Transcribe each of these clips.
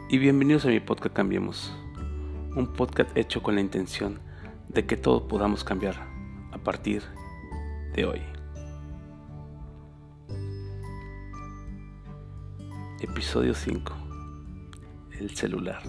Y bienvenidos a mi podcast Cambiemos, un podcast hecho con la intención de que todos podamos cambiar a partir de hoy. Episodio 5. El celular.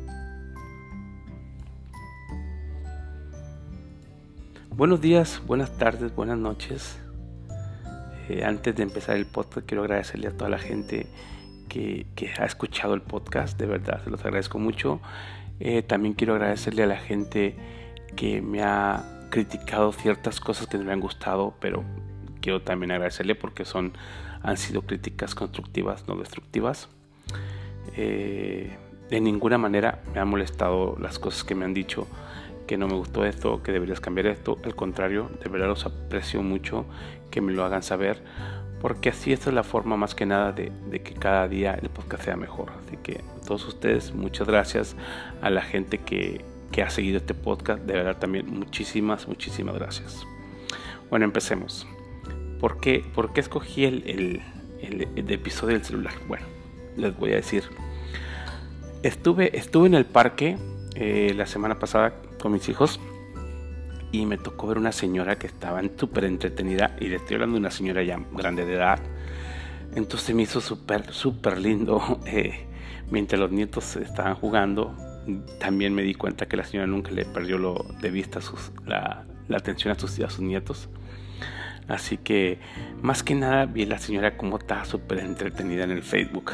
Buenos días, buenas tardes, buenas noches. Antes de empezar el podcast quiero agradecerle a toda la gente que ha escuchado el podcast, de verdad, se los agradezco mucho. También quiero agradecerle a la gente que me ha criticado ciertas cosas que no me han gustado, pero quiero también agradecerle porque han sido críticas constructivas, no destructivas. De ninguna manera me han molestado las cosas que me han dicho, que no me gustó esto, que deberías cambiar esto. Al contrario, de verdad los aprecio mucho que me lo hagan saber, porque así esta es la forma más que nada de que cada día el podcast sea mejor. Así que a todos ustedes, muchas gracias. A la gente que ha seguido este podcast, de verdad también muchísimas gracias. Bueno, empecemos. ¿Por qué escogí el episodio del celular? Bueno, les voy a decir. Estuve en el parque la semana pasada con mis hijos y me tocó ver una señora que estaba súper entretenida, y le estoy hablando de una señora ya grande de edad. Entonces me hizo súper lindo. Mientras los nietos estaban jugando, también me di cuenta que la señora nunca le perdió de vista la atención a sus nietos. Así que más que nada vi a la señora como estaba súper entretenida en el Facebook,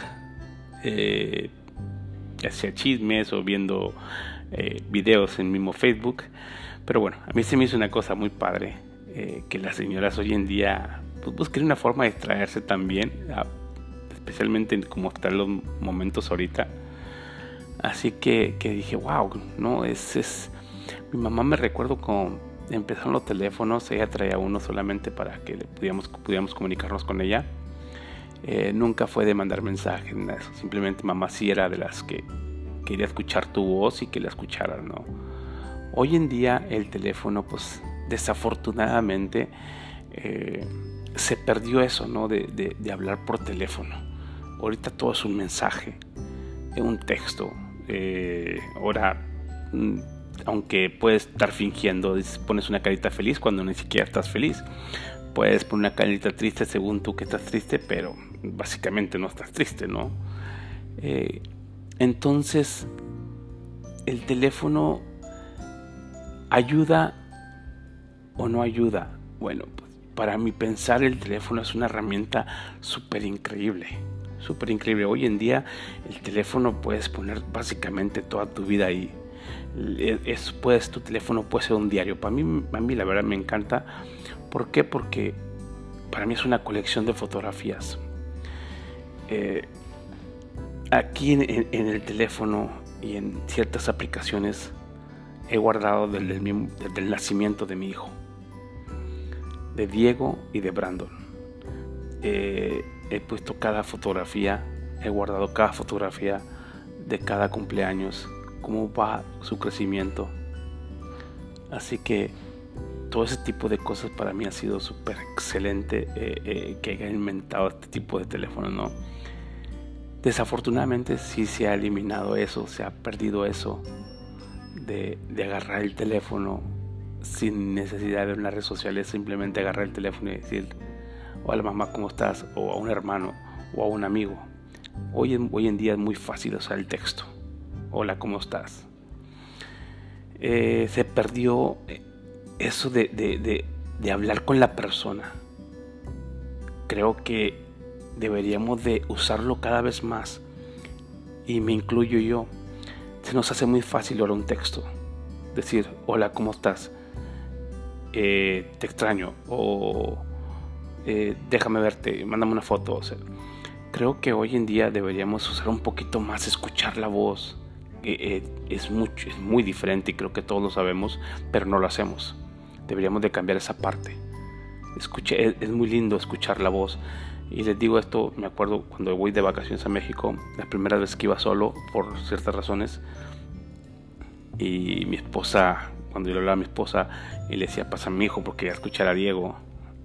hacía chismes o viendo videos en el mismo Facebook. Pero bueno, a mí se me hizo una cosa muy padre, que las señoras hoy en día pues, busquen una forma de distraerse también, especialmente como están los momentos ahorita. Así que dije, wow, ¿no? Mi mamá, me recuerdo cuando empezaron los teléfonos, ella traía uno solamente para que pudiéramos comunicarnos con ella. Nunca fue de mandar mensajes, nada de eso. Simplemente mamá sí era de las que quería escuchar tu voz y que la escucharan, ¿no? Hoy en día el teléfono, pues desafortunadamente se perdió eso, ¿no? De hablar por teléfono. Ahorita todo es un mensaje, un texto. Ahora, aunque puedes estar fingiendo, pones una carita feliz cuando ni siquiera estás feliz. Puedes poner una carita triste según tú que estás triste, pero básicamente no estás triste, ¿no? Entonces, el teléfono ¿ayuda o no ayuda? Bueno, pues para mi pensar el teléfono es una herramienta súper increíble. Hoy en día el teléfono puedes poner básicamente toda tu vida ahí. Tu teléfono puede ser un diario. Para mí la verdad me encanta. ¿Por qué? Porque para mí es una colección de fotografías. Aquí en el teléfono y en ciertas aplicaciones he guardado desde el nacimiento de mi hijo, de Diego y de Brandon. He puesto cada fotografía, he guardado cada fotografía de cada cumpleaños, cómo va su crecimiento. Así que todo ese tipo de cosas para mí ha sido súper excelente, que haya inventado este tipo de teléfono, ¿no? Desafortunadamente sí se ha eliminado eso, se ha perdido eso de agarrar el teléfono sin necesidad de ver las redes sociales, simplemente agarrar el teléfono y decir hola mamá, ¿cómo estás? O a un hermano o a un amigo. Hoy en día es muy fácil usar el texto. Hola, ¿cómo estás? Se perdió eso de hablar con la persona. Creo que deberíamos de usarlo cada vez más, y me incluyo yo. Se nos hace muy fácil ahora un texto, decir hola, ¿cómo estás? Te extraño, o déjame verte, mándame una foto. O sea, creo que hoy en día deberíamos usar un poquito más, escuchar la voz. Es muy diferente, y creo que todos lo sabemos, pero no lo hacemos. Deberíamos de cambiar esa parte. Es muy lindo escuchar la voz. Y les digo esto, me acuerdo cuando voy de vacaciones a México, la primera vez que iba solo por ciertas razones, y mi esposa, cuando yo le hablaba a mi esposa y le decía pasa a mi hijo porque ya escuchar a Diego,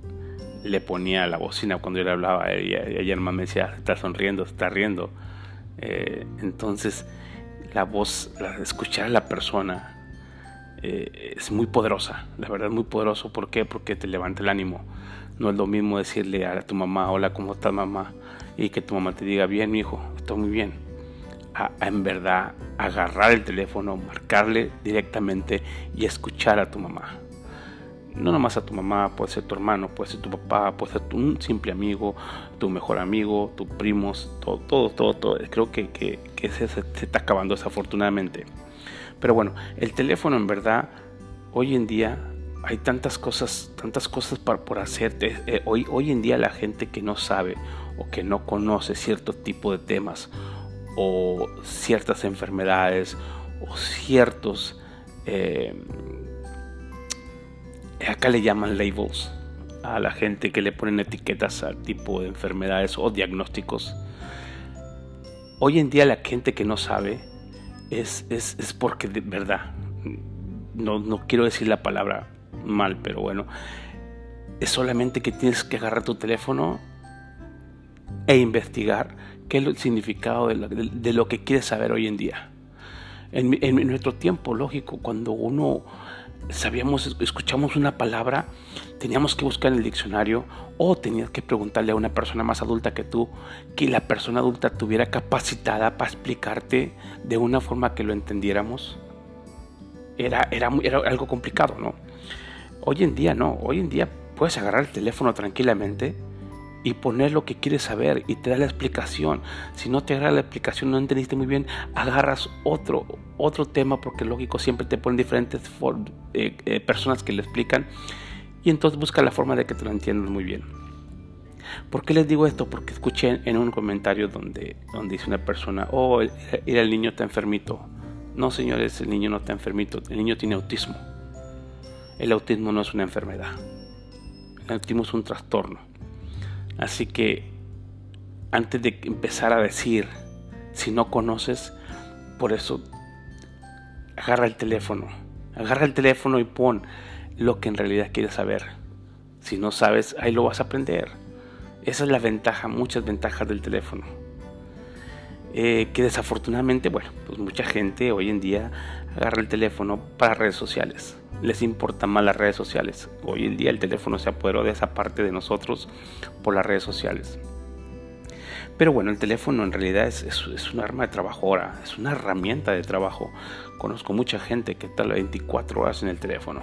le ponía la bocina cuando yo le hablaba, y ella nomás me decía está sonriendo, está riendo. Entonces la voz, escuchar a la persona es muy poderosa, la verdad es muy poderoso. ¿Por qué? Porque te levanta el ánimo. No es lo mismo decirle a tu mamá, hola, ¿cómo estás, mamá? Y que tu mamá te diga, bien, mi hijo, estoy muy bien. A en verdad agarrar el teléfono, marcarle directamente y escuchar a tu mamá. No nomás a tu mamá, puede ser tu hermano, puede ser tu papá, puede ser un simple amigo, tu mejor amigo, tus primos, todo. Creo que se está acabando desafortunadamente. Pero bueno, el teléfono en verdad, hoy en día hay tantas cosas por hacer. Hoy en día la gente que no sabe o que no conoce cierto tipo de temas o ciertas enfermedades o ciertos... acá le llaman labels a la gente que le ponen etiquetas al tipo de enfermedades o diagnósticos. Hoy en día la gente que no sabe es porque de verdad, no quiero decir la palabra mal, pero bueno, es solamente que tienes que agarrar tu teléfono e investigar qué es el significado de lo que quieres saber hoy en día. En nuestro tiempo, lógico, cuando uno escuchamos una palabra, teníamos que buscar en el diccionario o tenías que preguntarle a una persona más adulta que tú, que la persona adulta tuviera capacitada para explicarte de una forma que lo entendiéramos. Era algo complicado, ¿no? Hoy en día no, hoy en día puedes agarrar el teléfono tranquilamente y poner lo que quieres saber y te da la explicación. Si no te agarra la explicación, no entendiste muy bien, agarras otro tema, porque lógico siempre te ponen diferentes personas que le explican y entonces busca la forma de que te lo entiendas muy bien. ¿Por qué les digo esto? Porque escuché en un comentario donde dice una persona, el niño está enfermito. No, señores, el niño no está enfermito, el niño tiene autismo. El autismo no es una enfermedad, el autismo es un trastorno. Así que antes de empezar a decir, si no conoces, por eso agarra el teléfono y pon lo que en realidad quieres saber. Si no sabes, ahí lo vas a aprender. Esa es la ventaja, muchas ventajas del teléfono. Que desafortunadamente, bueno, pues mucha gente hoy en día agarra el teléfono para redes sociales. Les importan más las redes sociales. Hoy en día el teléfono se apoderó de esa parte de nosotros por las redes sociales. Pero bueno, el teléfono en realidad es un arma de trabajo ahora, es una herramienta de trabajo. Conozco mucha gente que está 24 horas en el teléfono.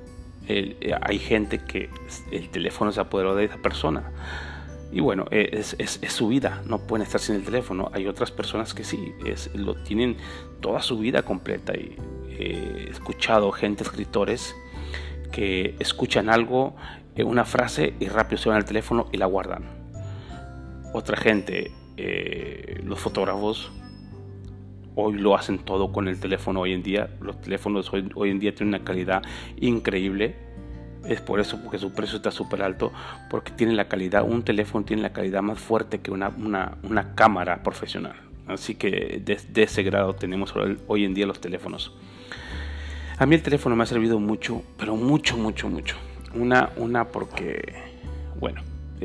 Hay gente que el teléfono se apoderó de esa persona. Y bueno, es su vida, no pueden estar sin el teléfono. Hay otras personas que sí, lo tienen toda su vida completa. Y he escuchado escritores que escuchan algo, una frase y rápido se van al teléfono y la guardan. Otra gente, los fotógrafos, hoy lo hacen todo con el teléfono. Hoy en día, los teléfonos hoy en día tienen una calidad increíble. Es por eso, porque su precio está súper alto, porque tiene la calidad, un teléfono tiene la calidad más fuerte que una cámara profesional. Así que de ese grado tenemos hoy en día los teléfonos. A mí el teléfono me ha servido mucho, pero mucho. Una porque, bueno,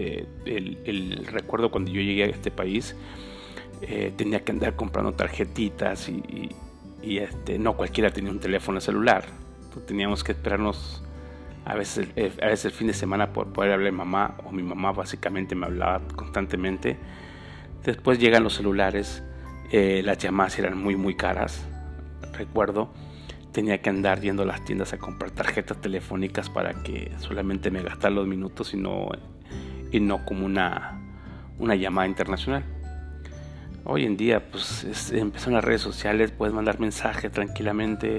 recuerdo cuando yo llegué a este país, tenía que andar comprando tarjetitas y no cualquiera tenía un teléfono celular. Teníamos que esperarnos a veces el fin de semana por poder hablar a mi mamá, o mi mamá básicamente me hablaba constantemente. Después llegan los celulares, las llamadas eran muy caras. Recuerdo, tenía que andar yendo a las tiendas a comprar tarjetas telefónicas para que solamente me gastara los minutos y no como una llamada internacional. Hoy en día pues empezaron las redes sociales, puedes mandar mensajes tranquilamente.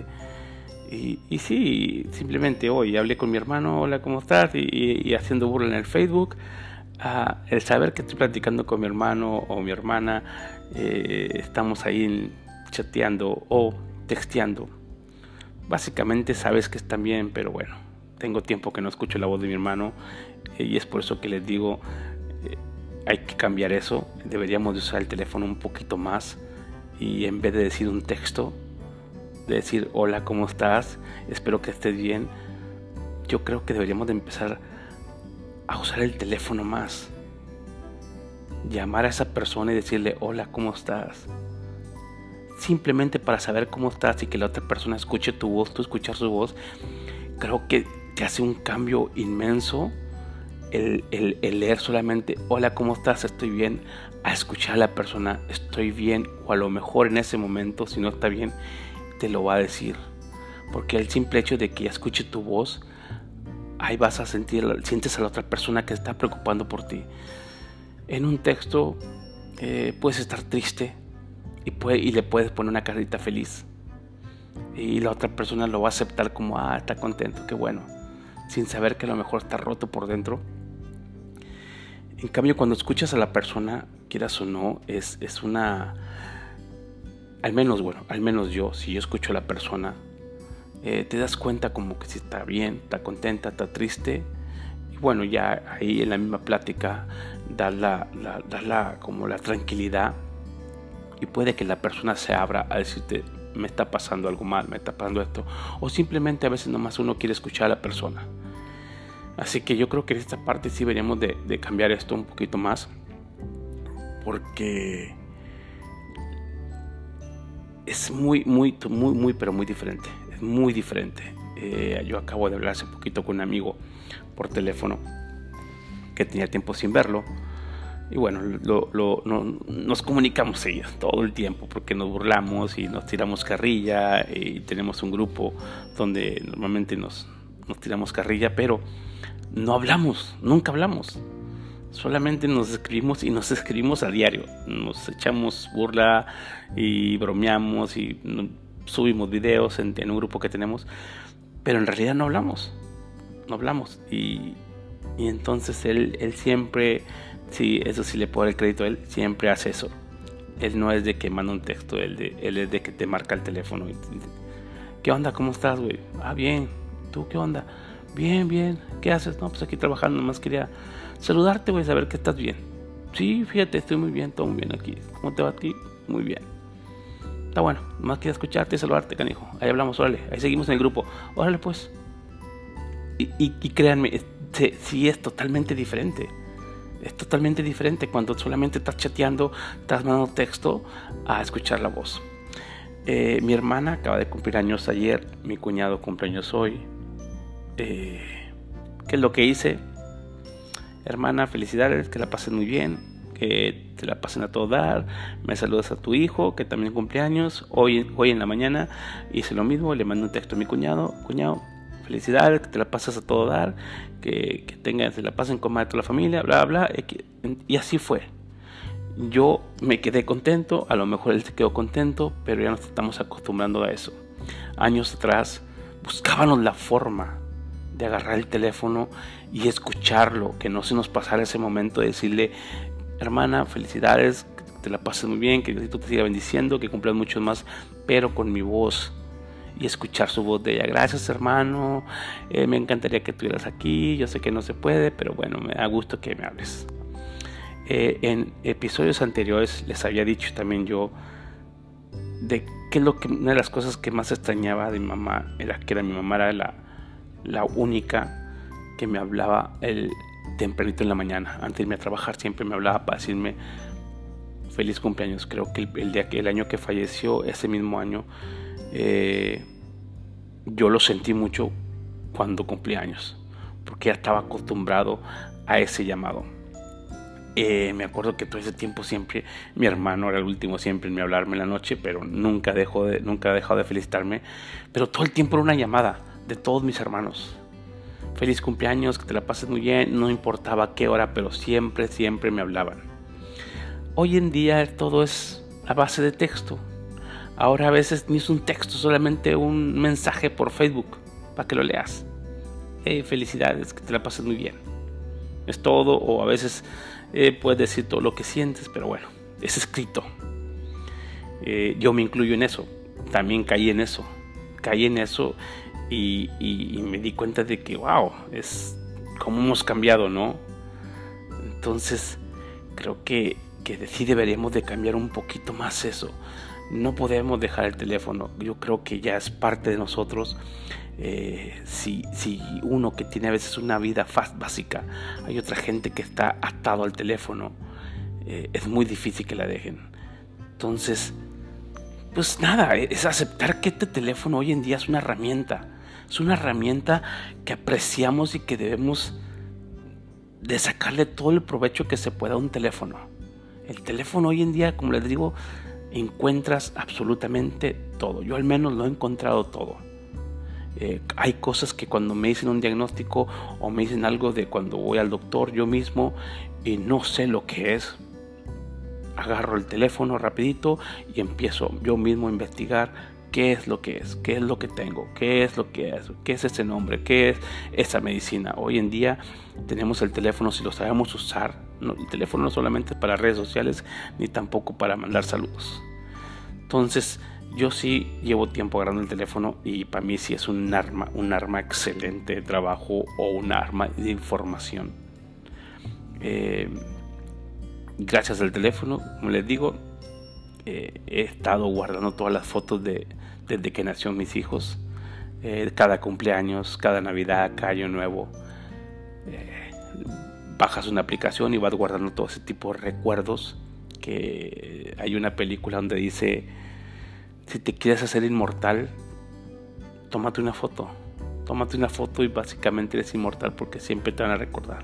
Y sí, simplemente hoy hablé con mi hermano, hola, ¿cómo estás? Y haciendo burla en el Facebook. El saber que estoy platicando con mi hermano o mi hermana, estamos ahí chateando o texteando. Básicamente sabes que están bien, pero bueno, tengo tiempo que no escucho la voz de mi hermano, y es por eso que les digo, hay que cambiar eso. Deberíamos de usar el teléfono un poquito más y en vez de decir un texto, de decir hola, ¿cómo estás? Espero que estés bien. Yo creo que deberíamos de empezar a usar el teléfono más. llamar a esa persona y decirle, hola, ¿cómo estás? Simplemente para saber cómo estás y que la otra persona escuche tu voz, tú escuchar su voz, creo que te hace un cambio inmenso el leer solamente, hola, ¿cómo estás? Estoy bien, a escuchar a la persona, estoy bien, o a lo mejor en ese momento, si no está bien, te lo va a decir. Porque el simple hecho de que ya escuche tu voz, ahí vas a sientes a la otra persona que está preocupando por ti. En un texto puedes estar triste y le puedes poner una carita feliz. Y la otra persona lo va a aceptar como, está contento, qué bueno. Sin saber que a lo mejor está roto por dentro. En cambio, cuando escuchas a la persona, quieras o no, es una... Al menos yo, si yo escucho a la persona, te das cuenta como que si está bien, está contenta, está triste. Y bueno, ya ahí en la misma plática das como la tranquilidad. Y puede que la persona se abra a decirte, me está pasando algo mal, me está pasando esto. O simplemente a veces nomás uno quiere escuchar a la persona. Así que yo creo que en esta parte sí deberíamos de cambiar esto un poquito más. Porque es pero muy diferente. Es muy diferente. Yo acabo de hablar hace poquito con un amigo por teléfono que tenía tiempo sin verlo. Y bueno, nos comunicamos todo el tiempo porque nos burlamos y nos tiramos carrilla y tenemos un grupo donde normalmente nos tiramos carrilla, pero no hablamos, nunca hablamos. Solamente nos escribimos a diario. Nos echamos burla y bromeamos y subimos videos en un grupo que tenemos, pero en realidad no hablamos. Y entonces él siempre... Sí, eso sí le puedo dar el crédito a él, siempre hace eso. Él no es de que manda un texto, él es de que te marca el teléfono. ¿Qué onda? ¿Cómo estás, güey? Bien. ¿Tú qué onda? Bien. ¿Qué haces? No, pues aquí trabajando, nomás quería saludarte, güey, saber que estás bien. Sí, fíjate, estoy muy bien, todo muy bien aquí. ¿Cómo te va aquí? Muy bien. Está bueno, nomás quería escucharte y saludarte, canijo. Ahí hablamos, órale, ahí seguimos en el grupo. Órale, pues. Y créanme, sí es totalmente diferente. Es totalmente diferente cuando solamente estás chateando, estás mandando texto, a escuchar la voz. Mi hermana acaba de cumplir años ayer, mi cuñado cumple años hoy. ¿Qué es lo que hice? Hermana, felicidades, que la pasen muy bien, que te la pasen a todo dar. Me saludas a tu hijo, que también cumple años. Hoy en la mañana hice lo mismo, le mandé un texto a mi cuñado, felicidades, que te la pasas a todo dar, que se la pasen con madre toda la familia, bla, bla, y así fue. Yo me quedé contento, a lo mejor él se quedó contento, pero ya nos estamos acostumbrando a eso. Años atrás buscábamos la forma de agarrar el teléfono y escucharlo, que no se nos pasara ese momento de decirle, hermana, felicidades, que te la pases muy bien, que Diosito te siga bendiciendo, que cumplas muchos más, pero con mi voz. Y escuchar su voz de ella. Gracias, hermano, me encantaría que estuvieras aquí. Yo sé que no se puede, pero bueno, me da gusto que me hables. En episodios anteriores les había dicho también yo de que una de las cosas que más extrañaba de mi mamá era que mi mamá era la única que me hablaba el tempranito en la mañana. Antes de irme a trabajar siempre me hablaba para decirme feliz cumpleaños. Creo que el año que falleció, ese mismo año, yo lo sentí mucho cuando cumplí años, porque ya estaba acostumbrado a ese llamado. Me acuerdo que todo ese tiempo siempre mi hermano era el último siempre en hablarme en la noche, pero nunca ha dejado de felicitarme. Pero todo el tiempo era una llamada de todos mis hermanos. Feliz cumpleaños, que te la pases muy bien, no importaba a qué hora, pero siempre me hablaban. Hoy en día todo es a base de texto. Ahora a veces ni es un texto, solamente un mensaje por Facebook para que lo leas. Felicidades, que te la pases muy bien. Es todo, o a veces puedes decir todo lo que sientes, pero bueno, es escrito. Yo me incluyo en eso, también caí en eso y me di cuenta de que wow, es como hemos cambiado, ¿no? Entonces creo que sí deberíamos de cambiar un poquito más eso. No podemos dejar el teléfono, yo creo que ya es parte de nosotros. Si uno que tiene a veces una vida básica, hay otra gente que está atado al teléfono. es muy difícil que la dejen. Entonces, pues nada, es aceptar que este teléfono hoy en día es una herramienta. Es una herramienta que apreciamos y que debemos de sacarle todo el provecho que se pueda a un teléfono. El teléfono hoy en día, como les digo, encuentras absolutamente todo. Yo al menos lo he encontrado todo. Hay cosas que cuando me dicen un diagnóstico o me dicen algo de cuando voy al doctor yo mismo y no sé lo que es, agarro el teléfono rapidito y empiezo yo mismo a investigar qué es lo que es, qué es lo que tengo, qué es lo que es, qué es ese nombre, qué es esa medicina. Hoy en día tenemos el teléfono, si lo sabemos usar, el teléfono no solamente es para redes sociales ni tampoco para mandar saludos. Entonces yo sí llevo tiempo agarrando el teléfono y para mí sí es un arma excelente de trabajo o un arma de información. Gracias al teléfono, como les digo, he estado guardando todas las fotos desde que nació mis hijos, cada cumpleaños, cada Navidad, cada Año Nuevo. Bajas una aplicación y vas guardando todo ese tipo de recuerdos. Que hay una película donde dice: si te quieres hacer inmortal, tómate una foto y básicamente eres inmortal porque siempre te van a recordar.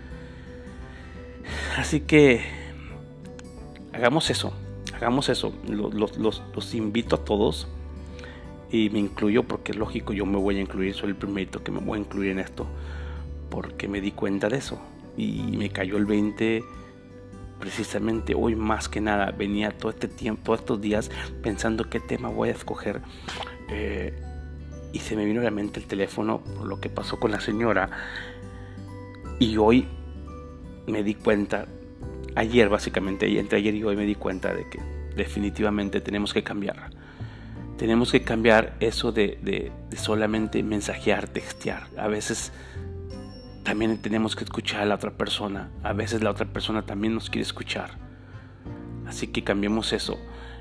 Así que hagamos eso. Los invito a todos y me incluyo porque es lógico, yo me voy a incluir, soy el primerito que me voy a incluir en esto porque me di cuenta de eso y me cayó el 20 precisamente hoy. Más que nada venía todo este tiempo, todos estos días pensando qué tema voy a escoger, y se me vino a la mente el teléfono por lo que pasó con la señora, y hoy me di cuenta, entre ayer y hoy me di cuenta de que definitivamente tenemos que cambiar eso de solamente mensajear, textear. A veces también tenemos que escuchar a la otra persona. A veces la otra persona también nos quiere escuchar. Así que cambiemos eso.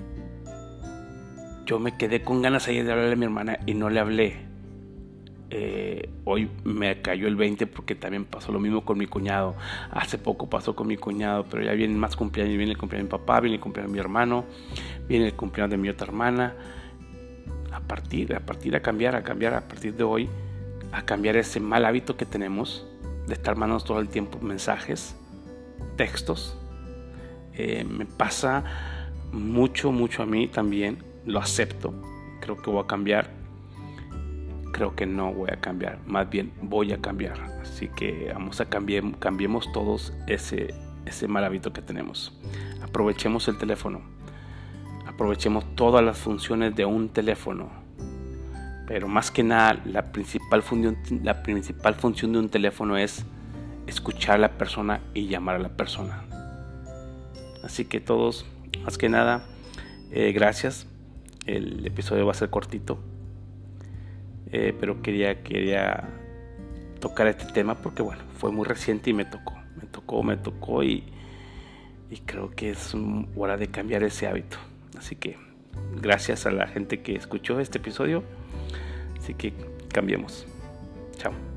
Yo me quedé con ganas ayer de hablarle a mi hermana y no le hablé. Hoy me cayó el 20 porque también pasó lo mismo con mi cuñado. Hace poco pasó con mi cuñado, pero ya vienen más cumpleaños. Viene el cumpleaños de mi papá, viene el cumpleaños de mi hermano, viene el cumpleaños de mi otra hermana. A partir a cambiar, a partir de hoy, a cambiar ese mal hábito que tenemos de estar mandando todo el tiempo mensajes, textos. Me pasa mucho a mí también, lo acepto. Creo que voy a cambiar, creo que no voy a cambiar, más bien voy a cambiar. Así que cambiemos todos ese mal hábito que tenemos. Aprovechemos el teléfono, aprovechemos todas las funciones de un teléfono, pero más que nada la principal función de un teléfono es escuchar a la persona y llamar a la persona. Así que todos, más que nada, gracias. El episodio va a ser cortito, pero quería tocar este tema porque bueno, fue muy reciente y me tocó y creo que es hora de cambiar ese hábito. Así que gracias a la gente que escuchó este episodio. Así que cambiemos. Chao.